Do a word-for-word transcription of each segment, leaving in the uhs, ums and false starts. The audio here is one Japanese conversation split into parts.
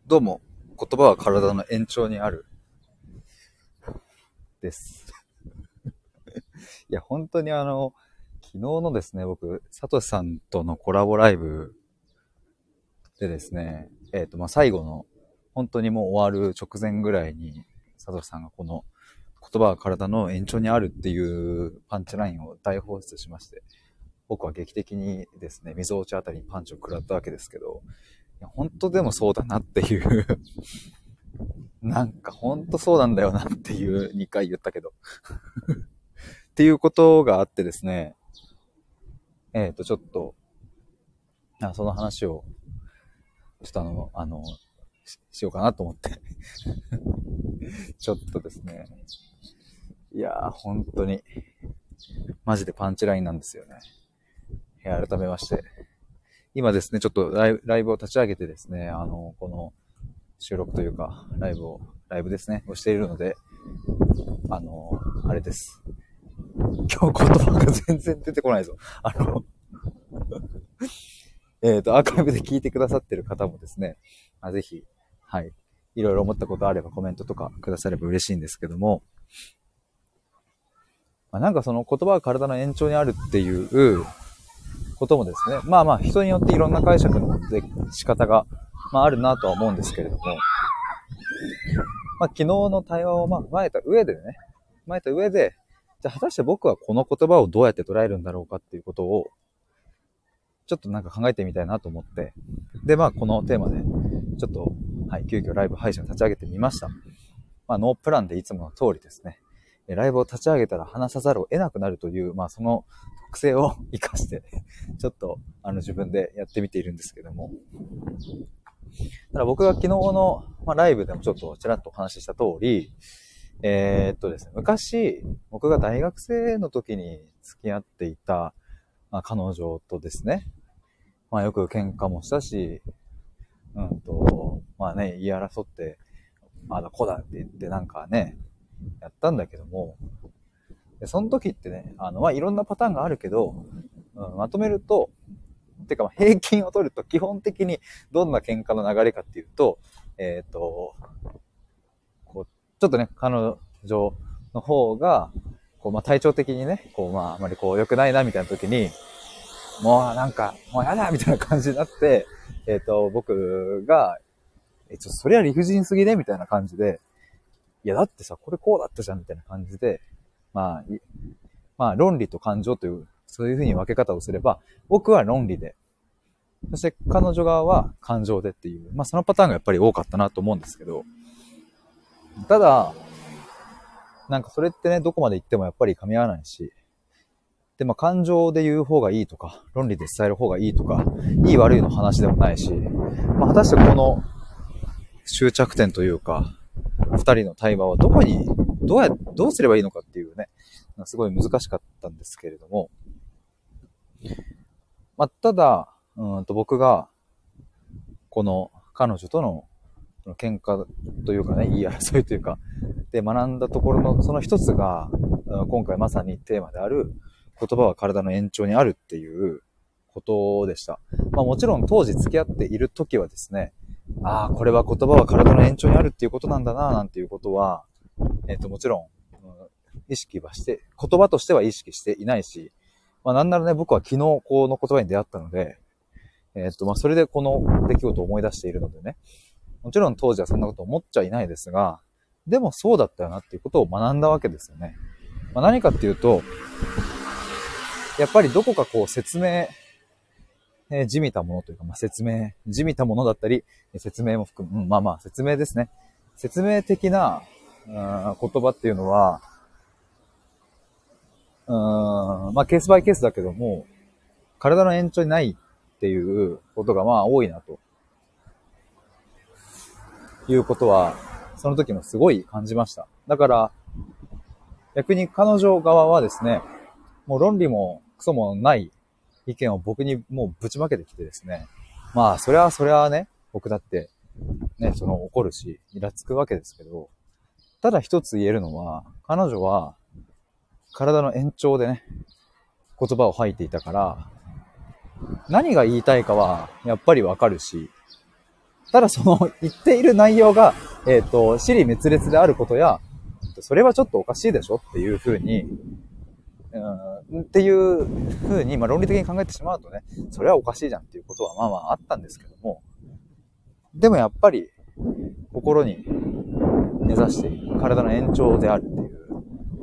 どうも、言葉は体の延長にある。です。いや、本当にあの、昨日のですね、僕、サトシさんとのコラボライブでですね、えっと、まあ、最後の、本当にもう終わる直前ぐらいに、サトシさんがこの、言葉は体の延長にあるっていうパンチラインを大放出しまして、僕は劇的にですね、溝落ちあたりにパンチを食らったわけですけど、いや本当でもそうだなっていうなんか本当そうなんだよなっていうにかい言ったけどっていうことがあってですね、えっとちょっとあその話をちょっとあのあのししようかなと思ってちょっとですね、いやー本当にマジでパンチラインなんですよね。改めまして今ですね、ちょっとライブ、ライブを立ち上げてですね、あのこの収録というかライブをライブですねをしているので、あのあれです。今日言葉が全然出てこないぞ。あのえっとアーカイブで聞いてくださってる方もですね、あぜひはいいろいろ思ったことあればコメントとかくだされば嬉しいんですけども、まあ、なんかその言葉は体の延長にあるっていうこともですね、まあまあ人によっていろんな解釈ので仕方が、まあ、あるなとは思うんですけれども、まあ、昨日の対話をまあ踏まえた上でね、踏まえた上で、じゃあ果たして僕はこの言葉をどうやって捉えるんだろうかっていうことをちょっとなんか考えてみたいなと思って、でまあこのテーマでちょっとはい急遽ライブ配信を立ち上げてみました。まあノープランでいつもの通りですね、ライブを立ち上げたら話さざるを得なくなるという、まあその特性を生かしてちょっとあの自分でやってみているんですけども、ただ僕が昨日の、まあ、ライブでもちょっとちらっとお話しした通り、えー、っとですね、昔僕が大学生の時に付き合っていた、まあ、彼女とですね、まあよく喧嘩もしたし、うんと、まあね、言い争って、あだこだって言ってなんかね、やったんだけども、でその時ってね、あの、まあいろんなパターンがあるけど、うん、まとめると、てか平均を取ると基本的にどんな喧嘩の流れかっていうと、えっと、こう、ちょっとね、彼女の方が、こう、まあ体調的にね、こう、まああまりこう良くないなみたいな時に、もうなんか、もうやだみたいな感じになって、えっと、僕が、え、ちょ、それは理不尽すぎねみたいな感じで、いやだってさ、これこうだったじゃんみたいな感じで、まあ、まあ論理と感情という、そういう風に分け方をすれば、僕は論理で、そして彼女側は感情でっていう、まあそのパターンがやっぱり多かったなと思うんですけど、ただ、なんかそれってね、どこまで行ってもやっぱり噛み合わないし、で、まあ感情で言う方がいいとか、論理で伝える方がいいとか、いい悪いの話でもないし、まあ果たしてこの終着点というか、二人の対話はどこに、どうや、どうすればいいのかっていうね、すごい難しかったんですけれども、まあただ、うんと僕が、この彼女との喧嘩というかね、言い争いというか、で学んだところのその一つが、今回まさにテーマである、言葉は体の延長にあるっていうことでした。まあもちろん当時付き合っている時はですね、ああ、これは言葉は体の延長にあるっていうことなんだな、なんていうことは、えっと、もちろん、うん、意識はして、言葉としては意識していないし、まあなんならね、僕は昨日この言葉に出会ったので、えっと、まあそれでこの出来事を思い出しているのでね、もちろん当時はそんなこと思っちゃいないですが、でもそうだったよなっていうことを学んだわけですよね。まあ、何かっていうと、やっぱりどこかこう説明、えー、じみたものというか、まあ、説明、じみたものだったり、説明も含む、うん、まあまあ説明ですね。説明的な、うん、言葉っていうのは、うん、まあケースバイケースだけども、体の延長にないっていうことがまあ多いなと。いうことは、その時もすごい感じました。だから、逆に彼女側はですね、もう論理もクソもない意見を僕にもうぶちまけてきてですね、まあ、それはそれはね、僕だって、ね、その怒るし、イラつくわけですけど、ただ一つ言えるのは、彼女は体の延長でね、言葉を吐いていたから、何が言いたいかはやっぱりわかるし、 ただその言っている内容が、えっと、支離滅裂であることや、それはちょっとおかしいでしょっていうふうに、うん、っていうふうに、まあ論理的に考えてしまうとね、それはおかしいじゃんっていうことはまあまああったんですけども、でもやっぱり、心に根ざしている体の延長であるっていう、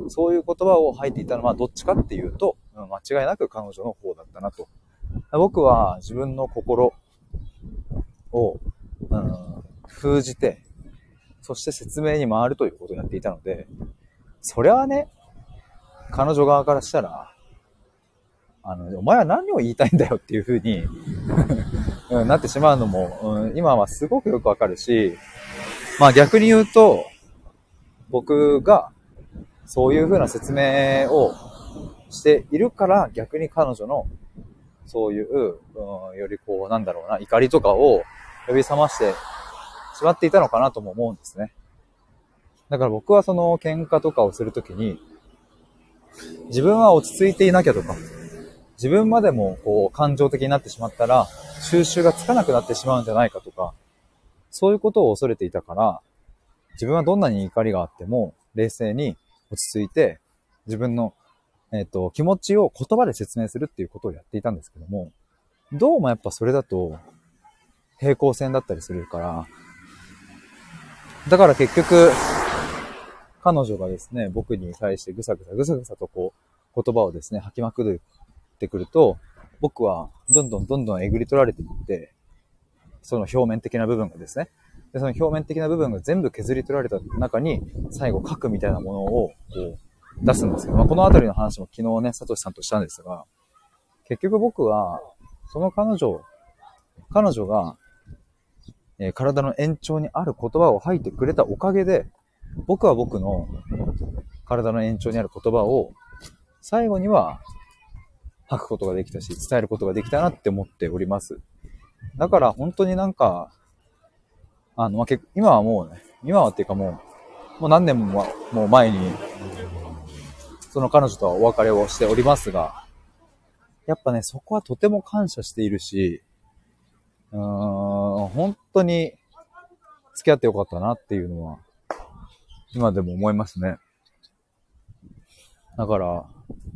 そういう言葉を吐いていたのはどっちかっていうと、間違いなく彼女の方だったなと。僕は自分の心を、うん、封じて、そして説明に回るということをやっていたので、それはね、彼女側からしたら、あの、お前は何を言いたいんだよっていう風にうん、なってしまうのも、うん、今はすごくよくわかるし、まあ逆に言うと、僕がそういう風な説明をしているから逆に彼女のそういう、うん、よりこうなんだろうな、怒りとかを呼び覚ましてしまっていたのかなとも思うんですね。だから僕はその喧嘩とかをするときに、自分は落ち着いていなきゃとか、自分までもこう感情的になってしまったら収拾がつかなくなってしまうんじゃないかとか、そういうことを恐れていたから、自分はどんなに怒りがあっても冷静に落ち着いて自分の、えっと、気持ちを言葉で説明するっていうことをやっていたんですけども、どうもやっぱそれだと平行線だったりするから、だから結局彼女がですね、僕に対してぐさぐさぐさぐさとこう言葉をですね吐きまくってくると、僕はどんどんどんどんえぐり取られていって、その表面的な部分がですね、でその表面的な部分が全部削り取られた中に最後核みたいなものをこう出すんですけど、まあ、このあたりの話も昨日ね、サトシさんとしたんですが、結局僕はその彼女彼女が、えー、体の延長にある言葉を吐いてくれたおかげで、僕は僕の体の延長にある言葉を最後には吐くことができたし、伝えることができたなって思っております。だから本当になんか、あの、まあ、今はもうね、今はっていうかもう、もう何年ももう前に、その彼女とはお別れをしておりますが、やっぱね、そこはとても感謝しているし、うーん、本当に付き合ってよかったなっていうのは、今でも思いますね。だから、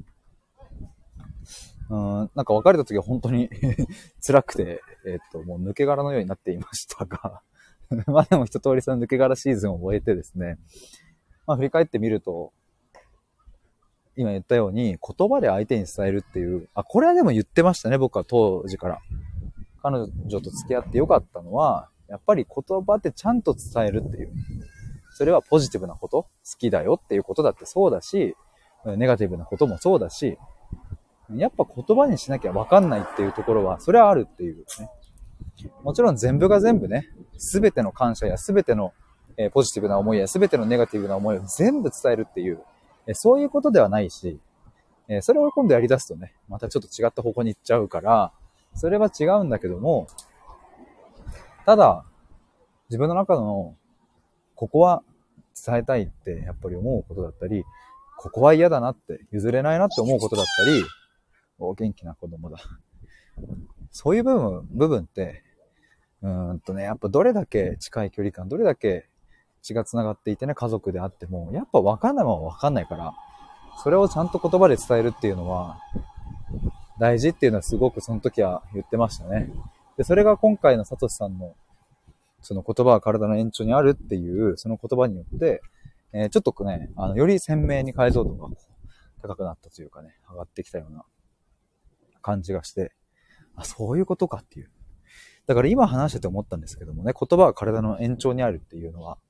うーん、なんか別れた時は本当に辛くて、えっと、もう抜け殻のようになっていましたが、まあでも一通りその抜け殻シーズンを終えてですね、まあ振り返ってみると、今言ったように言葉で相手に伝えるっていう、あ、これはでも言ってましたね、僕は当時から。彼女と付き合ってよかったのは、やっぱり言葉でちゃんと伝えるっていう。それはポジティブなこと、好きだよっていうことだってそうだし、ネガティブなこともそうだし、やっぱ言葉にしなきゃ分かんないっていうところは、それはあるっていうね。もちろん全部が全部ね、すべての感謝やすべての、えー、ポジティブな思いやすべてのネガティブな思いを全部伝えるっていう、えー、そういうことではないし、えー、それを今度やり出すとね、またちょっと違った方向に行っちゃうから、それは違うんだけども、ただ、自分の中の、ここは伝えたいってやっぱり思うことだったり、ここは嫌だなって、譲れないなって思うことだったり、お、元気な子供だ。そういう部分、部分って、うーんとね、やっぱどれだけ近い距離感、どれだけ血が繋がっていてね、家族であっても、やっぱ分かんないもんは分かんないから、それをちゃんと言葉で伝えるっていうのは、大事っていうのはすごくその時は言ってましたね。で、それが今回のサトシさんの、その言葉は体の延長にあるっていう、その言葉によって、えー、ちょっとね、あの、より鮮明に解像度が高くなったというかね、上がってきたような感じがして、あ、そういうことかっていう。だから今話してて思ったんですけどもね、言葉は体の延長にあるっていうのは、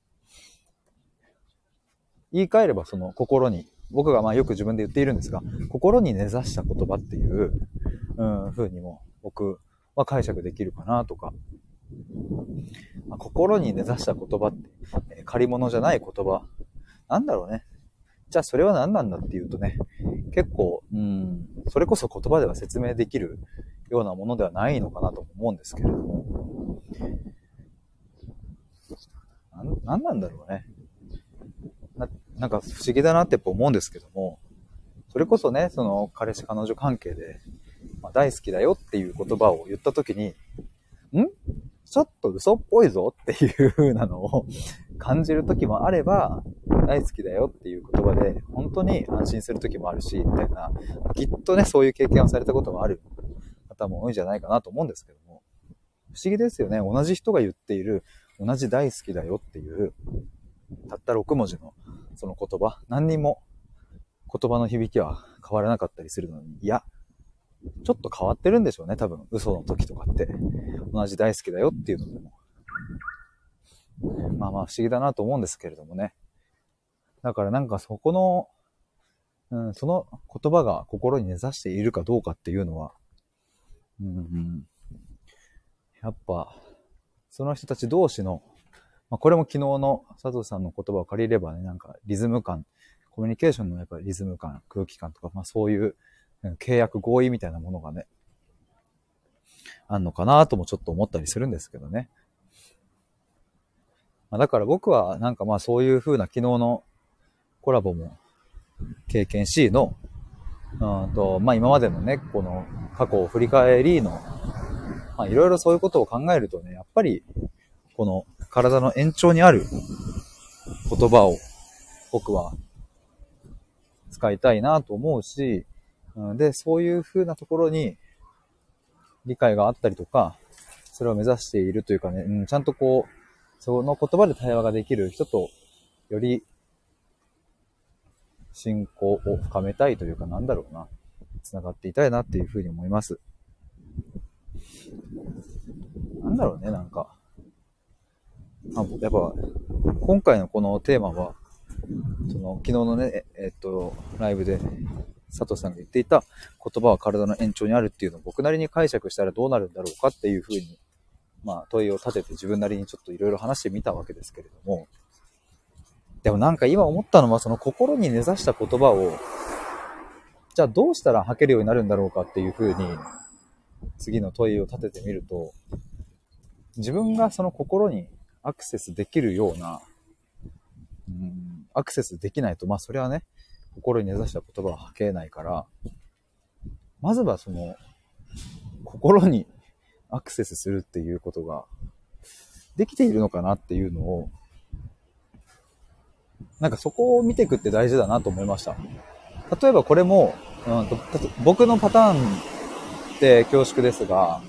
言い換えればその心に、僕がまあよく自分で言っているんですが、心に根ざした言葉っていう、うん、風にも僕は解釈できるかなとか、まあ、心に根ざした言葉って、えー、借り物じゃない言葉、なんだろうね。じゃあそれは何なんだっていうとね、結構、うん、それこそ言葉では説明できるようなものではないのかなと思うんですけれども、な、なんなんだろうね。な、なんか不思議だなってやっぱ思うんですけども、それこそね、その彼氏彼女関係で、まあ、大好きだよっていう言葉を言ったときに、んちょっと嘘っぽいぞっていう風なのを感じる時もあれば、大好きだよっていう言葉で本当に安心する時もあるし、みたいな、きっとね、そういう経験をされたこともある方も多いんじゃないかなと思うんですけども、不思議ですよね。同じ人が言っている、同じ大好きだよっていう、たったろくもじのその言葉、何にも言葉の響きは変わらなかったりするのに、いや、ちょっと変わってるんでしょうね、多分。嘘の時とかって。同じ大好きだよっていうのでも。まあまあ不思議だなと思うんですけれどもね。だからなんかそこの、うん、その言葉が心に根ざしているかどうかっていうのは、うんうん、やっぱ、その人たち同士の、まあ、これも昨日の佐藤さんの言葉を借りればね、なんかリズム感、コミュニケーションのやっぱりリズム感、空気感とか、まあそういう契約合意みたいなものがね、あんのかなともちょっと思ったりするんですけどね。まあ、だから僕はなんかまあそういう風な昨日のコラボも経験しの、うんと、まあ今までのね、この過去を振り返りの、まあいろいろそういうことを考えるとね、やっぱりこの体の延長にある言葉を僕は使いたいなと思うし、で、そういう風なところに理解があったりとか、それを目指しているというかね、うん、ちゃんとこう、その言葉で対話ができる人と、より信仰を深めたいというか、なんだろうな、つながっていたいなっていう風に思います。なんだろうね、なんか。あ、やっぱ、今回のこのテーマは、その、昨日のね、え、えっと、ライブで、佐藤さんが言っていた言葉は体の延長にあるっていうのを僕なりに解釈したらどうなるんだろうかっていう風に、まあ問いを立てて自分なりにちょっといろいろ話してみたわけですけれども、でもなんか今思ったのはその心に根ざした言葉を、じゃあどうしたら吐けるようになるんだろうかっていう風に次の問いを立ててみると、自分がその心にアクセスできるような、うん、アクセスできないと、まあそれはね、心に根ざした言葉は吐けないから、まずはその心にアクセスするっていうことができているのかなっていうのを、なんかそこを見ていくって大事だなと思いました。例えばこれも、うんと、僕のパターンって恐縮ですが、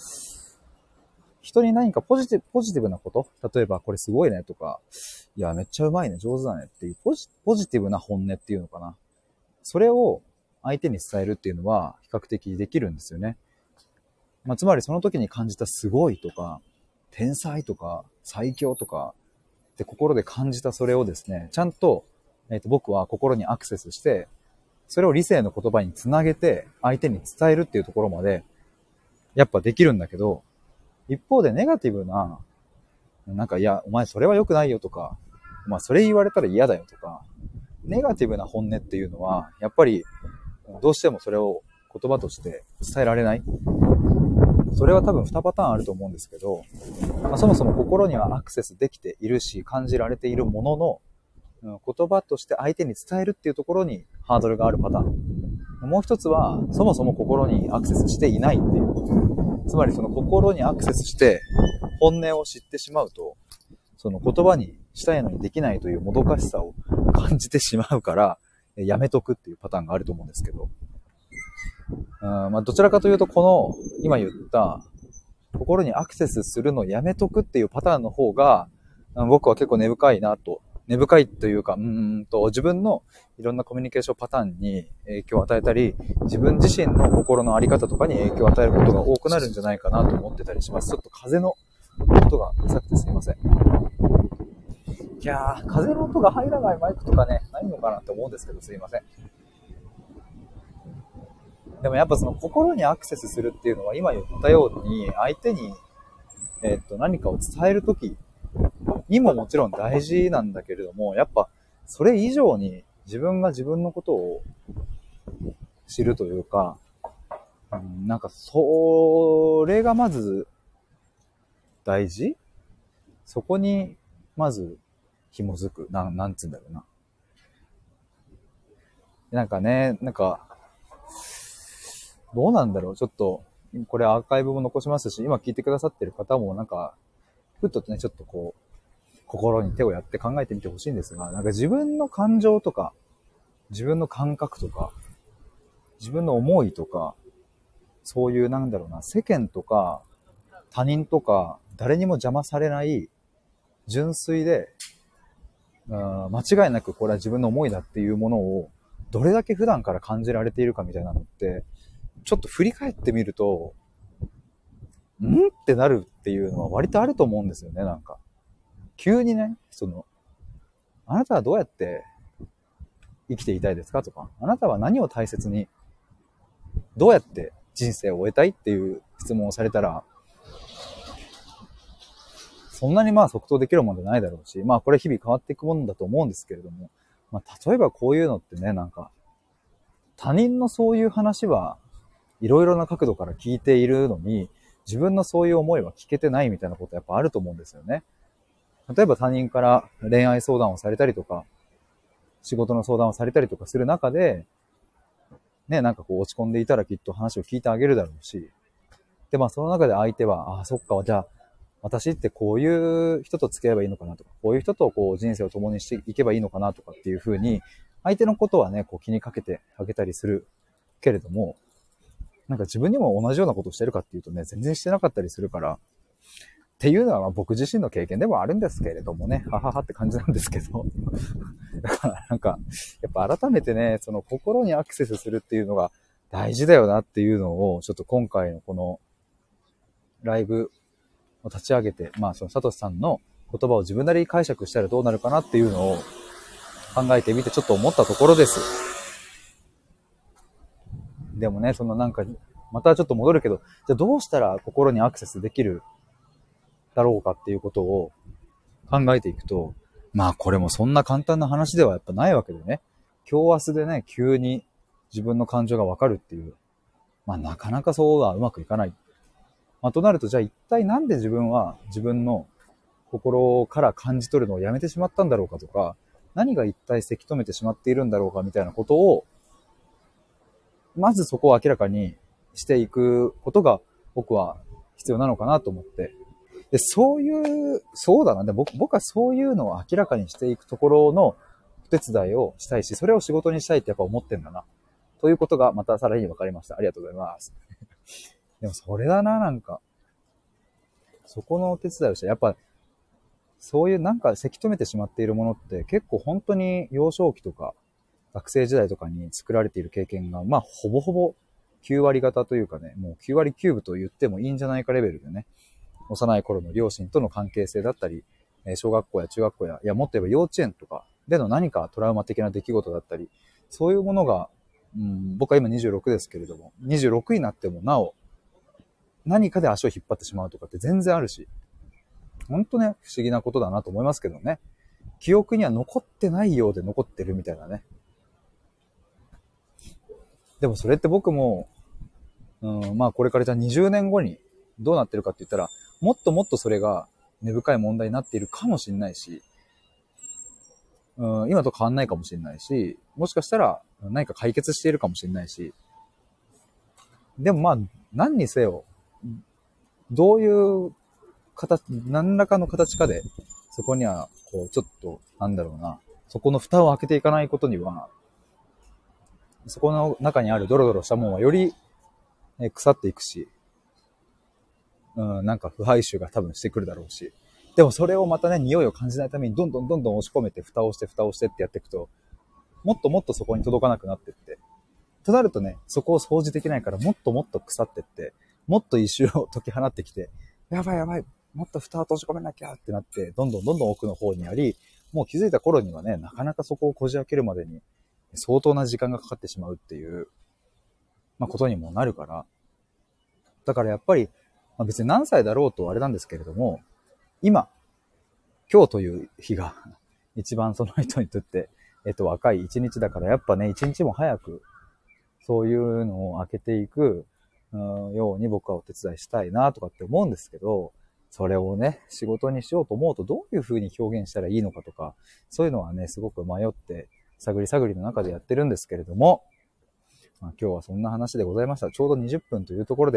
人に何かポジティブ、ポジティブなこと、例えばこれすごいねとか、いやめっちゃうまいね、上手だねっていうポジ、ポジティブな本音っていうのかな。それを相手に伝えるっていうのは比較的できるんですよね。まあ、つまりその時に感じたすごいとか、天才とか、最強とか、って心で感じたそれをですね、ちゃんと、えっと、僕は心にアクセスして、それを理性の言葉につなげて相手に伝えるっていうところまで、やっぱできるんだけど、一方でネガティブな、なんかいや、お前それは良くないよとか、まあそれ言われたら嫌だよとか、ネガティブな本音っていうのは、やっぱりどうしてもそれを言葉として伝えられない。それは多分にパターンあると思うんですけど、まあ、そもそも心にはアクセスできているし、感じられているものの、言葉として相手に伝えるっていうところにハードルがあるパターン。もう一つは、そもそも心にアクセスしていないっていう。つまりその心にアクセスして本音を知ってしまうと、その言葉にしたいのにできないというもどかしさを感じてしまうから、やめとくっていうパターンがあると思うんですけど。うんまあ、どちらかというと、この今言った心にアクセスするのをやめとくっていうパターンの方が、僕は結構根深いなと。根深いというか、うーんと自分のいろんなコミュニケーションパターンに影響を与えたり、自分自身の心の在り方とかに影響を与えることが多くなるんじゃないかなと思ってたりします。ちょっと風の音がうるさくてすいません。いやー、風の音が入らないマイクとかね、ないのかなって思うんですけど、すいません。でもやっぱその心にアクセスするっていうのは今言ったように相手に、えー、っと何かを伝えるときにももちろん大事なんだけれども、やっぱそれ以上に自分が自分のことを知るというか、うん、なんかそれがまず大事？そこにまず紐づく。な、なんつうんだろうな。なんかね、なんか、どうなんだろう。ちょっとこれアーカイブも残しますし、今聞いてくださってる方もなんか、ふっとね、ちょっとこう、心に手をやって考えてみてほしいんですが、なんか自分の感情とか、自分の感覚とか、自分の思いとか、そういうなんだろうな、世間とか、他人とか、誰にも邪魔されない、純粋で、間違いなくこれは自分の思いだっていうものを、どれだけ普段から感じられているかみたいなのって、ちょっと振り返ってみると、んってなるっていうのは割とあると思うんですよね、なんか。急にね、その、あなたはどうやって生きていたいですかとか、あなたは何を大切に、どうやって人生を終えたいっていう質問をされたら、そんなにまあ即答できるものじゃないだろうし、まあこれ日々変わっていくものだと思うんですけれども、まあ例えばこういうのってね、なんか、他人のそういう話はいろいろな角度から聞いているのに、自分のそういう思いは聞けてないみたいなことやっぱあると思うんですよね。例えば他人から恋愛相談をされたりとか、仕事の相談をされたりとかする中で、ね、なんかこう落ち込んでいたらきっと話を聞いてあげるだろうし、で、まあその中で相手は、ああ、そっか、じゃあ、私ってこういう人と付き合えばいいのかなとか、こういう人とこう人生を共にしていけばいいのかなとかっていうふうに、相手のことはね、こう気にかけてあげたりするけれども、なんか自分にも同じようなことをしてるかっていうとね、全然してなかったりするから、っていうのはまあ僕自身の経験でもあるんですけれどもね、はははって感じなんですけど。だからなんか、やっぱ改めてね、その心にアクセスするっていうのが大事だよなっていうのを、ちょっと今回のこのライブを立ち上げて、まあそのサトシさんの言葉を自分なりに解釈したらどうなるかなっていうのを考えてみてちょっと思ったところです。でもね、そのなんか、またちょっと戻るけど、じゃあどうしたら心にアクセスできるだろうかっていうことを考えていくと、まあこれもそんな簡単な話ではやっぱないわけでね。今日明日でね、急に自分の感情がわかるっていう。まあなかなかそうはうまくいかない。まあとなると、じゃあ一体なんで自分は自分の心から感じ取るのをやめてしまったんだろうかとか、何が一体せき止めてしまっているんだろうかみたいなことを、まずそこを明らかにしていくことが僕は必要なのかなと思って。で、そういう、そうだな。で僕、僕はそういうのを明らかにしていくところのお手伝いをしたいし、それを仕事にしたいってやっぱ思ってんだな。ということがまたさらに分かりました。ありがとうございます。でもそれだな、なんか。そこのお手伝いをして、やっぱ、そういうなんかせき止めてしまっているものって結構本当に幼少期とか学生時代とかに作られている経験が、まあほぼほぼきゅう割方というかね、もうきゅう割きゅうぶと言ってもいいんじゃないかレベルでね、幼い頃の両親との関係性だったり、小学校や中学校や、いやもっと言えば幼稚園とかでの何かトラウマ的な出来事だったり、そういうものが、うん、僕は今にじゅうろくですけれども、にじゅうろくになってもなお、何かで足を引っ張ってしまうとかって全然あるし、ほんとね、不思議なことだなと思いますけどね。記憶には残ってないようで残ってるみたいなね。でもそれって僕も、うん、まあこれからじゃあにじゅうねんごにどうなってるかって言ったら、もっともっとそれが根深い問題になっているかもしれないし、うん、今と変わんないかもしれないし、もしかしたら何か解決しているかもしれないし、でもまあ何にせよ、どういう形、何らかの形かで、そこにはこうちょっとなんだろうな、そこの蓋を開けていかないことには、そこの中にあるドロドロしたものはより腐っていくし、うん、なんか腐敗臭が多分してくるだろうし。でもそれをまたね、匂いを感じないためにどんどんどんどん押し込めて、蓋をして蓋をしてってやっていくと、もっともっとそこに届かなくなってって。となるとね、そこを掃除できないからもっともっと腐ってって、もっと一周を解き放ってきて、やばいやばい、もっと蓋を閉じ込めなきゃってなって、どんどんどんどん奥の方にあり、もう気づいた頃にはね、なかなかそこをこじ開けるまでに相当な時間がかかってしまうっていう、まあことにもなるから。だからやっぱり、まあ、別に何歳だろうとあれなんですけれども、今、今日という日が一番その人にとって、えっと、若い一日だから、やっぱね、一日も早く、そういうのを開けていく、うん、ように僕はお手伝いしたいなとかって思うんですけど、それをね、仕事にしようと思うとどういう風に表現したらいいのかとか、そういうのはね、すごく迷って、探り探りの中でやってるんですけれども、まあ、今日はそんな話でございました。ちょうどにじゅっぷんというところで、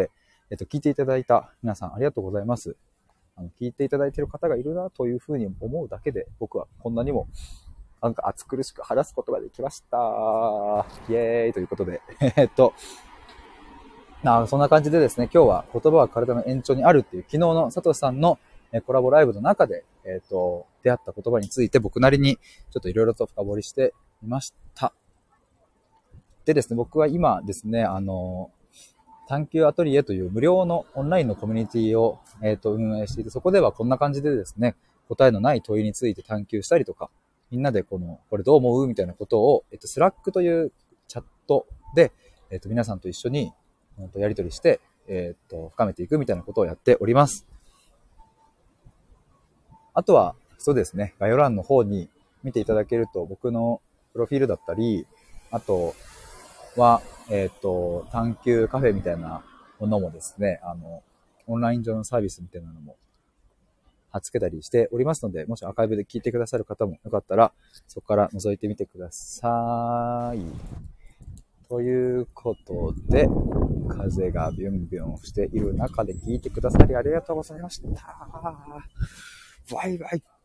えっと、聞いていただいた皆さんありがとうございます。あの、聞いていただいている方がいるなというふうに思うだけで、僕はこんなにも、なんか暑苦しく話すことができました。イエーイということで、えっと、あそんな感じでですね、今日は言葉は体の延長にあるっていう昨日の佐藤さんのコラボライブの中で、えっと、出会った言葉について僕なりにちょっといろいろと深掘りしてみました。でですね、僕は今ですね、あの、探求アトリエという無料のオンラインのコミュニティを、えっと、運営していて、そこではこんな感じでですね、答えのない問いについて探求したりとか、みんなでこの、これどう思うみたいなことを、えっと、スラックというチャットで、えっと、皆さんと一緒に、やり取りして、えっと、深めていくみたいなことをやっております。あとは、そうですね、概要欄の方に見ていただけると、僕のプロフィールだったり、あとは、えっと、探求カフェみたいなものもですね、あの、オンライン上のサービスみたいなのも貼っ付けたりしておりますので、もしアーカイブで聞いてくださる方もよかったら、そこから覗いてみてください。ということで、風がビュンビュンしている中で聞いてくださりありがとうございました。バイバイ。